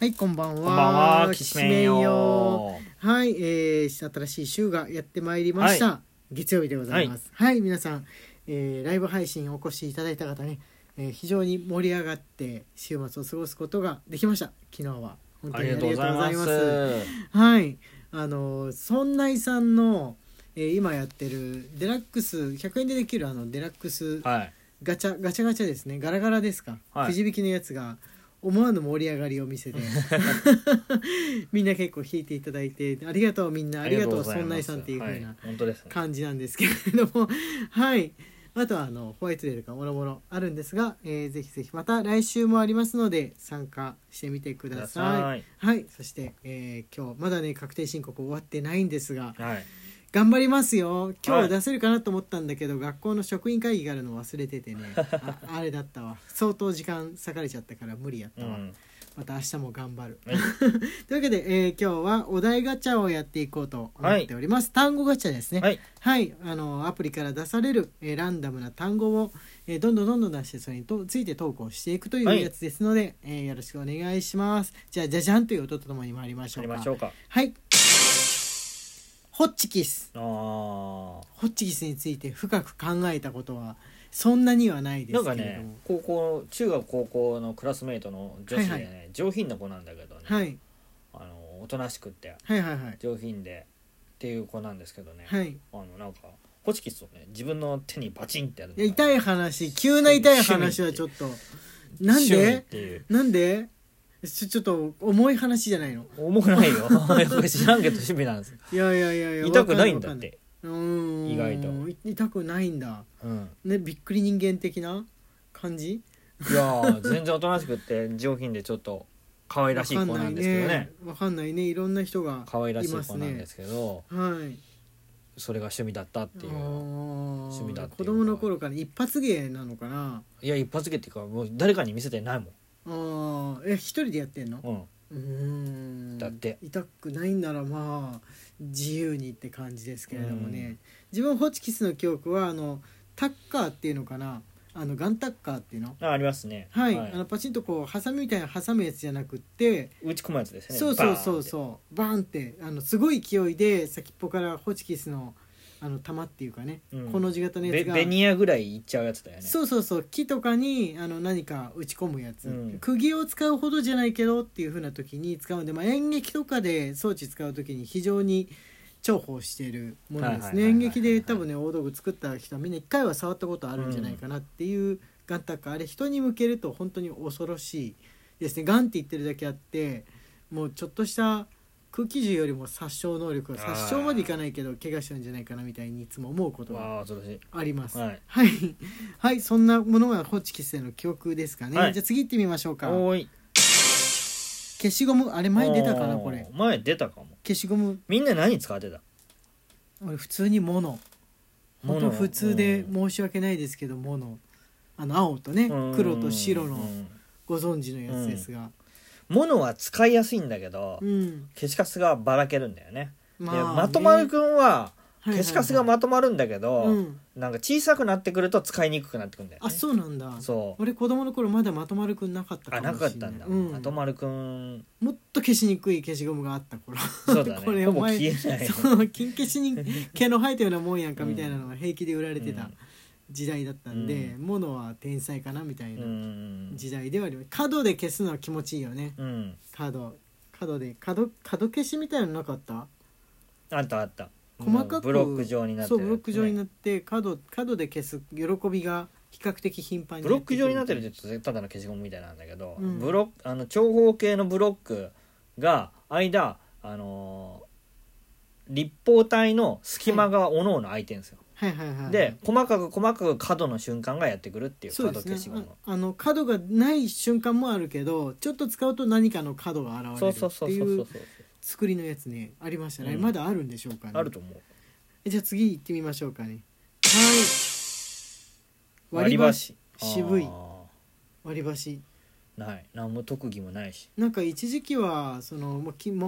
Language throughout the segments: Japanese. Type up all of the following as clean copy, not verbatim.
はい、こんばんは。 こんばんは。きしめんよ。 はい、新しい週がやってまいりました。はい、月曜日でございます。はい、皆さん、ライブ配信お越しいただいた方ね、非常に盛り上がって週末を過ごすことができました。昨日は本当にありがとうございます。はい、そんないさんの、今やってるデラックス100円でできるデラックスガチャガチャですね。ガラガラですか、くじ引きのやつが思わぬ盛り上がりを見せてみんな結構弾いていただいてありがとう、みんなありがとう、そんないさんっていう風な感じなんですけれども、はい、あとはホワイトデーとかもろもろあるんですが、ぜひぜひまた来週もありますので参加してみてください。はい、そして、今日まだね確定申告終わってないんですが、頑張りますよ。今日出せるかなと思ったんだけど、学校の職員会議があるの忘れててねあれだったわ。相当時間割かれちゃったから無理やったわ。また明日も頑張る、というわけで、今日はお題ガチャをやっていこうと思っております。単語ガチャですね。はい、アプリから出される、ランダムな単語を、どんどん出してそれについて投稿していくというやつですので、よろしくお願いします。じゃあじゃじゃんという音とともに参りましょうか。はい、ホッチキス。ホッチキスについて深く考えたことはそんなにはないですけれども、 なんかね、中学高校のクラスメートの女子でね、上品な子なんだけどね、おとなしくって、上品でっていう子なんですけどね、なんかホチキスをね自分の手にバチンってやるのが、 痛い話、急な痛い話はちょっとなんでちょっと重い話じゃないの？ 重くないよ知らんけど趣味なんですよ。いや痛くないんだって。意外と痛くないんだ、ね、びっくり人間的な感じ。 いや全然おとなしくって上品でちょっと可愛らしい子なんですけどね。 わかんないね、いろんな人がいますね。 可愛らしい子なんですけど、それが趣味だったっていう。趣味だっていう。 子供の頃から一発芸なのかな。 いや一発芸っていうかもう誰かに見せてないもん。 一人でやってんの？ だって痛くないんならまあ自由にって感じですけれどもね。自分ホチキスの記憶はタッカーっていうのかな、ガンタッカーっていうのありますね。 はい、パチンとこうハサミみたいな挟むやつじゃなくって打ち込むやつですね。 そうバーンってすごい勢いで先っぽからホチキスの玉っていうかね、この字型のやつがベニヤぐらいいっちゃうやつだよね。 そう木とかに何か打ち込むやつ、釘を使うほどじゃないけどっていう風な時に使うんで、演劇とかで装置使う時に非常に重宝しているものですね。演劇で多分ね大道具作った人はみんな一回は触ったことあるんじゃないかなっていうガンタッカー。あれ人に向けると本当に恐ろしいですね。ガンって言ってるだけあってもうちょっとした空気銃よりも殺傷能力が殺傷までいかないけど怪我しちゃうんじゃないかなみたいにいつも思うことがあります。はい、そんなものがホチキスへの記憶ですかね。じゃあ次行ってみましょうか。消しゴム、あれ前出たかな。これ前出たかも。 消しゴムみんな何使ってた？ 俺普通にモノ本当普通で申し訳ないですけどモノ、青とね黒と白のご存知のやつですが、 モノは使いやすいんだけど、消しカスがばらけるんだよね。まとまるくんは消しカスがまとまるんだけど、なんか小さくなってくると使いにくくなってくるんだよね。 そうなんだ。俺子供の頃まだまとまるくんなかったかもしれない。 なかったんだ。まとまるくんもっと消しにくい消しゴムがあった頃。 そうだね。これほぼ消えない。 金消しに毛の生えたようなもんやんかみたいなのが平気で売られてた時代だったんで、モノは天才かなみたいな時代ではあります。角で消すのは気持ちいいよね。角で角消しみたいなのなかった？ あった。 細かくブロック状になってる、 ブロック状になって角で消す喜びが比較的頻繁にブロック状になってるってただの消しゴムみたいなんだけど、長方形のブロックが間立方体の隙間がおのおの空いてるんですよ。で細かく角の瞬間がやってくるっていう角消しゴム。 角がない瞬間もあるけどちょっと使うと何かの角が現れるっていう作りのやつねありましたね。まだあるんでしょうかね。 あると思う。 じゃあ次行ってみましょうかね。 割り箸。 渋い割り箸。 何も特技もないし。 なんか一時期はその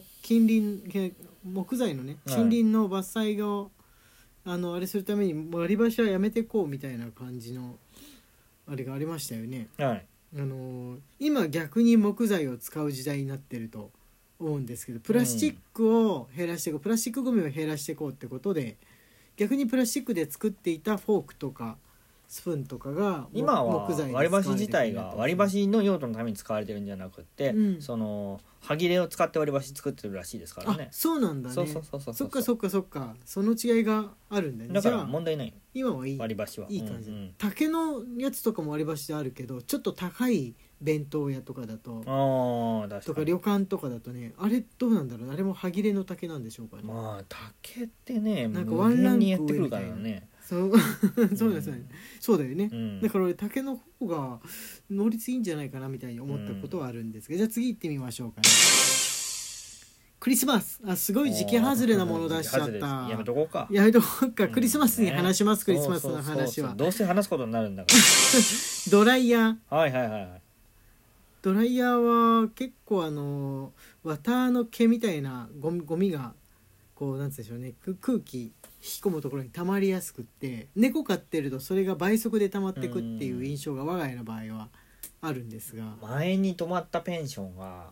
木材のね森林の伐採をあれするために割り箸はやめてこうみたいな感じのあれがありましたよね。 今逆に木材を使う時代になってると思うんですけど、プラスチックを減らしていこう、プラスチックゴミを減らしていこうってことで、逆にプラスチックで作っていたフォークとかスプーンとかが今は割り箸自体が割り箸の用途のために使われてるんじゃなくて、その歯切れを使って割り箸作ってるらしいですからね。 あ、そうなんだね。そっかそっかそっか、その違いがあるんだね。 だから問題ない。 今はいい、 割り箸はいい感じ、竹のやつとかも割り箸であるけど、ちょっと高い弁当屋とかだと、とか旅館とかだとね、あれどうなんだろう、あれも歯切れの竹なんでしょうかね。 まあ竹ってね、 なんかワンランクにやってくるからね。 そうそうですね、そうだよね、だから俺竹の方が能率いいんじゃないかなみたいに思ったことはあるんですが、じゃあ次行ってみましょうかね。クリスマス、すごい時期外れなもの出しちゃった。 やめとこうか。 クリスマスに話します、クリスマスの話は。 どうせ話すことになるんだからドライヤー、 はいはいはい、 ドライヤーは結構綿の毛みたいなゴミがこうなんつうんでしょうね、空気引き込むところに溜まりやすくって、猫飼ってるとそれが倍速で溜まってくっていう印象が我が家の場合はあるんですが、 前に泊まったペンションが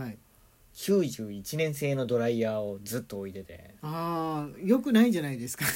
91年製のドライヤーをずっと置いてて、 よくないんじゃないですか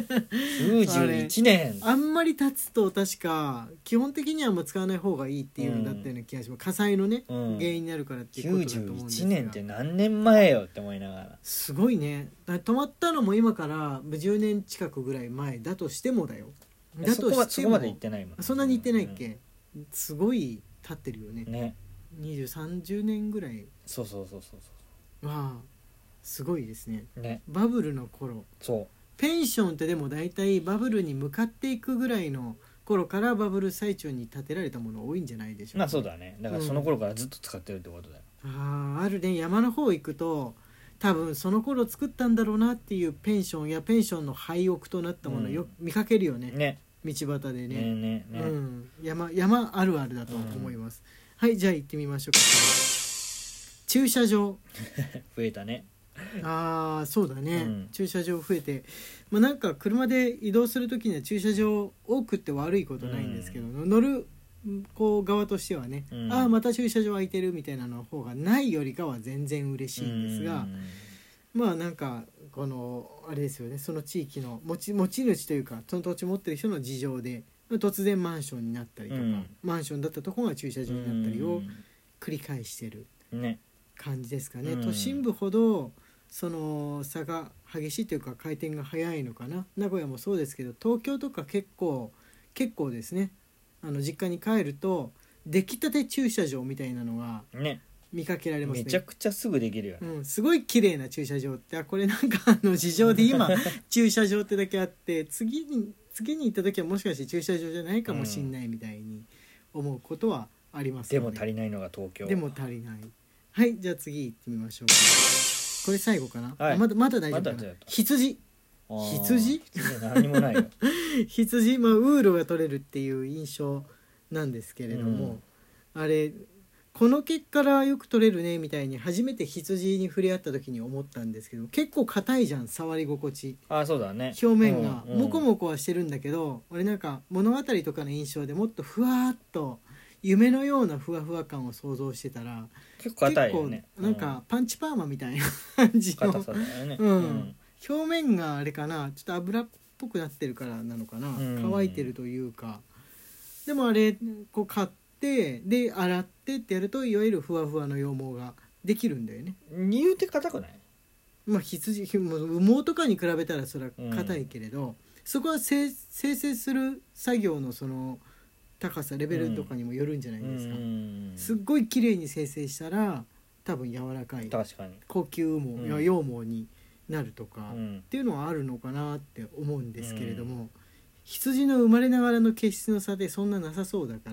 91年あんまり経つと確か基本的にはもう使わない方がいいっていうのだったような気がします、火災のね、原因になるからっていうことだと思うんですが、 91年って何年前よって思いながら、 すごいね。止まったのも今から10年近くぐらい前だとしてもだよ。だとしてもそこまで行ってないもん、 そんなに行ってないっけ、すごい経ってるよね。20、30年ぐらい。 そうわあ、すごいですね。 ね、 バブルの頃。ペンションってでも大体バブルに向かっていくぐらいの頃からバブル最中に建てられたもの多いんじゃないでしょうか。 まあそうだね。だからその頃からずっと使ってるってことだよ。 あるね、山の方行くと多分その頃作ったんだろうなっていうペンションやペンションの廃屋となったものをよく見かけるよね。道端でね。山あるあるだと思います。はい、じゃあ行ってみましょうか。駐車場増えたね。 そうだね、駐車場増えて、なんか車で移動するときには駐車場多くって悪いことないんですけど、乗るこう側としてはね、また駐車場空いてるみたいなの方がないよりかは全然嬉しいんですが、なんかこのあれですよね、その地域の持ち主というかその土地持ってる人の事情で突然マンションになったりとか、マンションだったところが駐車場になったりを繰り返してる感じですかね。都心部ほどその差が激しいというか回転が早いのかな。名古屋もそうですけど、東京とか結構ですね、実家に帰ると出来たて駐車場みたいなのが見かけられますね。 めちゃくちゃすぐできるよね、すごい綺麗な駐車場って、これなんか事情で今駐車場ってだけあって次に行った時はもしかして駐車場じゃないかもしんないみたいに思うことはありますので、でも足りないのが東京。 でも足りない。はい、じゃあ次行ってみましょうか。これ最後かな、まだ大丈夫かな。羊何もないよ羊、ウールが取れるっていう印象なんですけれども、あれこの毛からよく取れるねみたいに初めて羊に触れ合った時に思ったんですけど、結構硬いじゃん、触り心地。 そうだね。 表面がモコモコはしてるんだけど、俺なんか物語とかの印象でもっとふわっと夢のようなふわふわ感を想像してたら、 結構硬いよね。 なんかパンチパーマみたいな感じの硬さだよね。 表面があれかな、ちょっと油っぽくなってるからなのかな、乾いてるというか。でもあれこう買ってで洗ってってやるといわゆるふわふわの羊毛ができるんだよね。 言うて硬くない？ 羊羽毛とかに比べたらそれは硬いけれど、そこは生成する作業のその高さレベルとかにもよるんじゃないですか。すっごい綺麗に生成したら多分柔らかい高級羽毛や羊毛になるとかっていうのはあるのかなって思うんですけれども、羊の生まれながらの毛質の差でそんななさそうだから。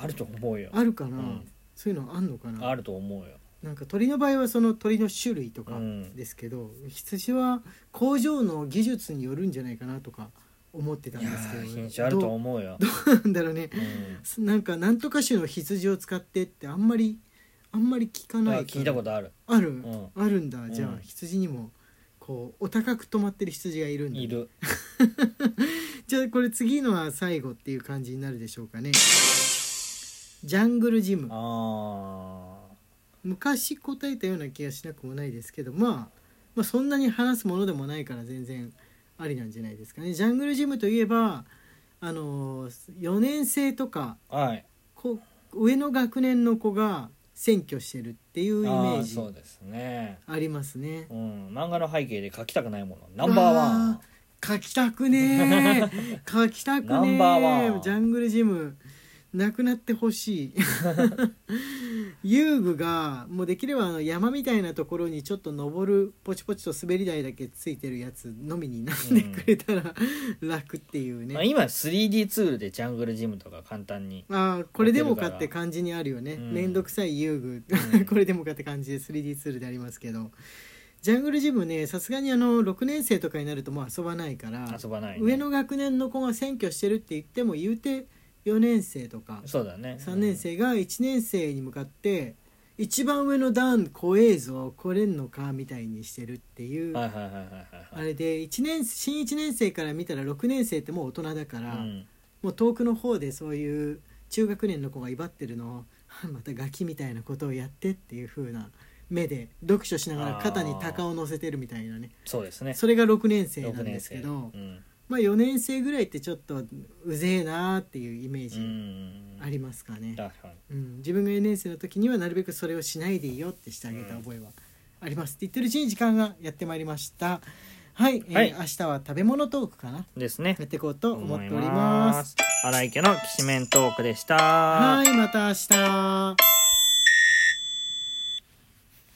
あると思うよ。 あるかな、そういうのあんのかな。 あると思うよ。 なんか鳥の場合はその鳥の種類とかですけど、羊は工場の技術によるんじゃないかなとか思ってたんですけど、 品種あると思うよ。 どうなんだろうね、なんとか種の羊を使ってってあんまり聞かないから。 聞いたことある。 あるんだ。じゃあ羊にもこうお高く止まってる羊がいるんだ、 いるじゃあこれ次のは最後っていう感じになるでしょうかね。 ジャングルジム。 あ昔答えたような気がしなくもないですけど、まあそんなに話すものでもないから全然ありなんじゃないですかね。ジャングルジムといえば4年生とか、 はい、 上の学年の子が占拠してるっていうイメージそうですね、 ありますね。 うん、漫画の背景で書きたくないものナンバーワン。 書きたくねえ書きたくねえナンバーワンジャングルジムなくなってほしい遊具がもうできれば山みたいなところにちょっと登るポチポチと滑り台だけついてるやつのみになってくれたら、楽っていうね、 今 3D ツールでジャングルジムとか簡単にこれでもかって感じにあるよね、めんどくさい遊具これでもかって感じで 3D ツールでありますけど、ジャングルジムね、さすがに6年生とかになるともう遊ばないから、 遊ばない、ね、 上の学年の子が占拠してるって言っても言うて4年生とかそうだ、ね、 3年生が1年生に向かって、一番上の段怖えぞ来れんのかみたいにしてるっていうあれで、新1年生から見たら6年生ってもう大人だから、もう遠くの方でそういう中学年の子が威張ってるのをまたガキみたいなことをやってっていう風な目で読書しながら肩に鷹を乗せてるみたいなね。 そうですね、 それが6年生なんですけど、まあ4年生ぐらいってちょっとうぜえなっていうイメージありますかね。自分が4年生の時にはなるべくそれをしないでいいよってしてあげた覚えはありますって言ってるうちに時間がやってまいりました。はい、明日は食べ物トークかなですね、 やっていこうと思っております。 荒井家のきしめんトークでした。 はい、また明日。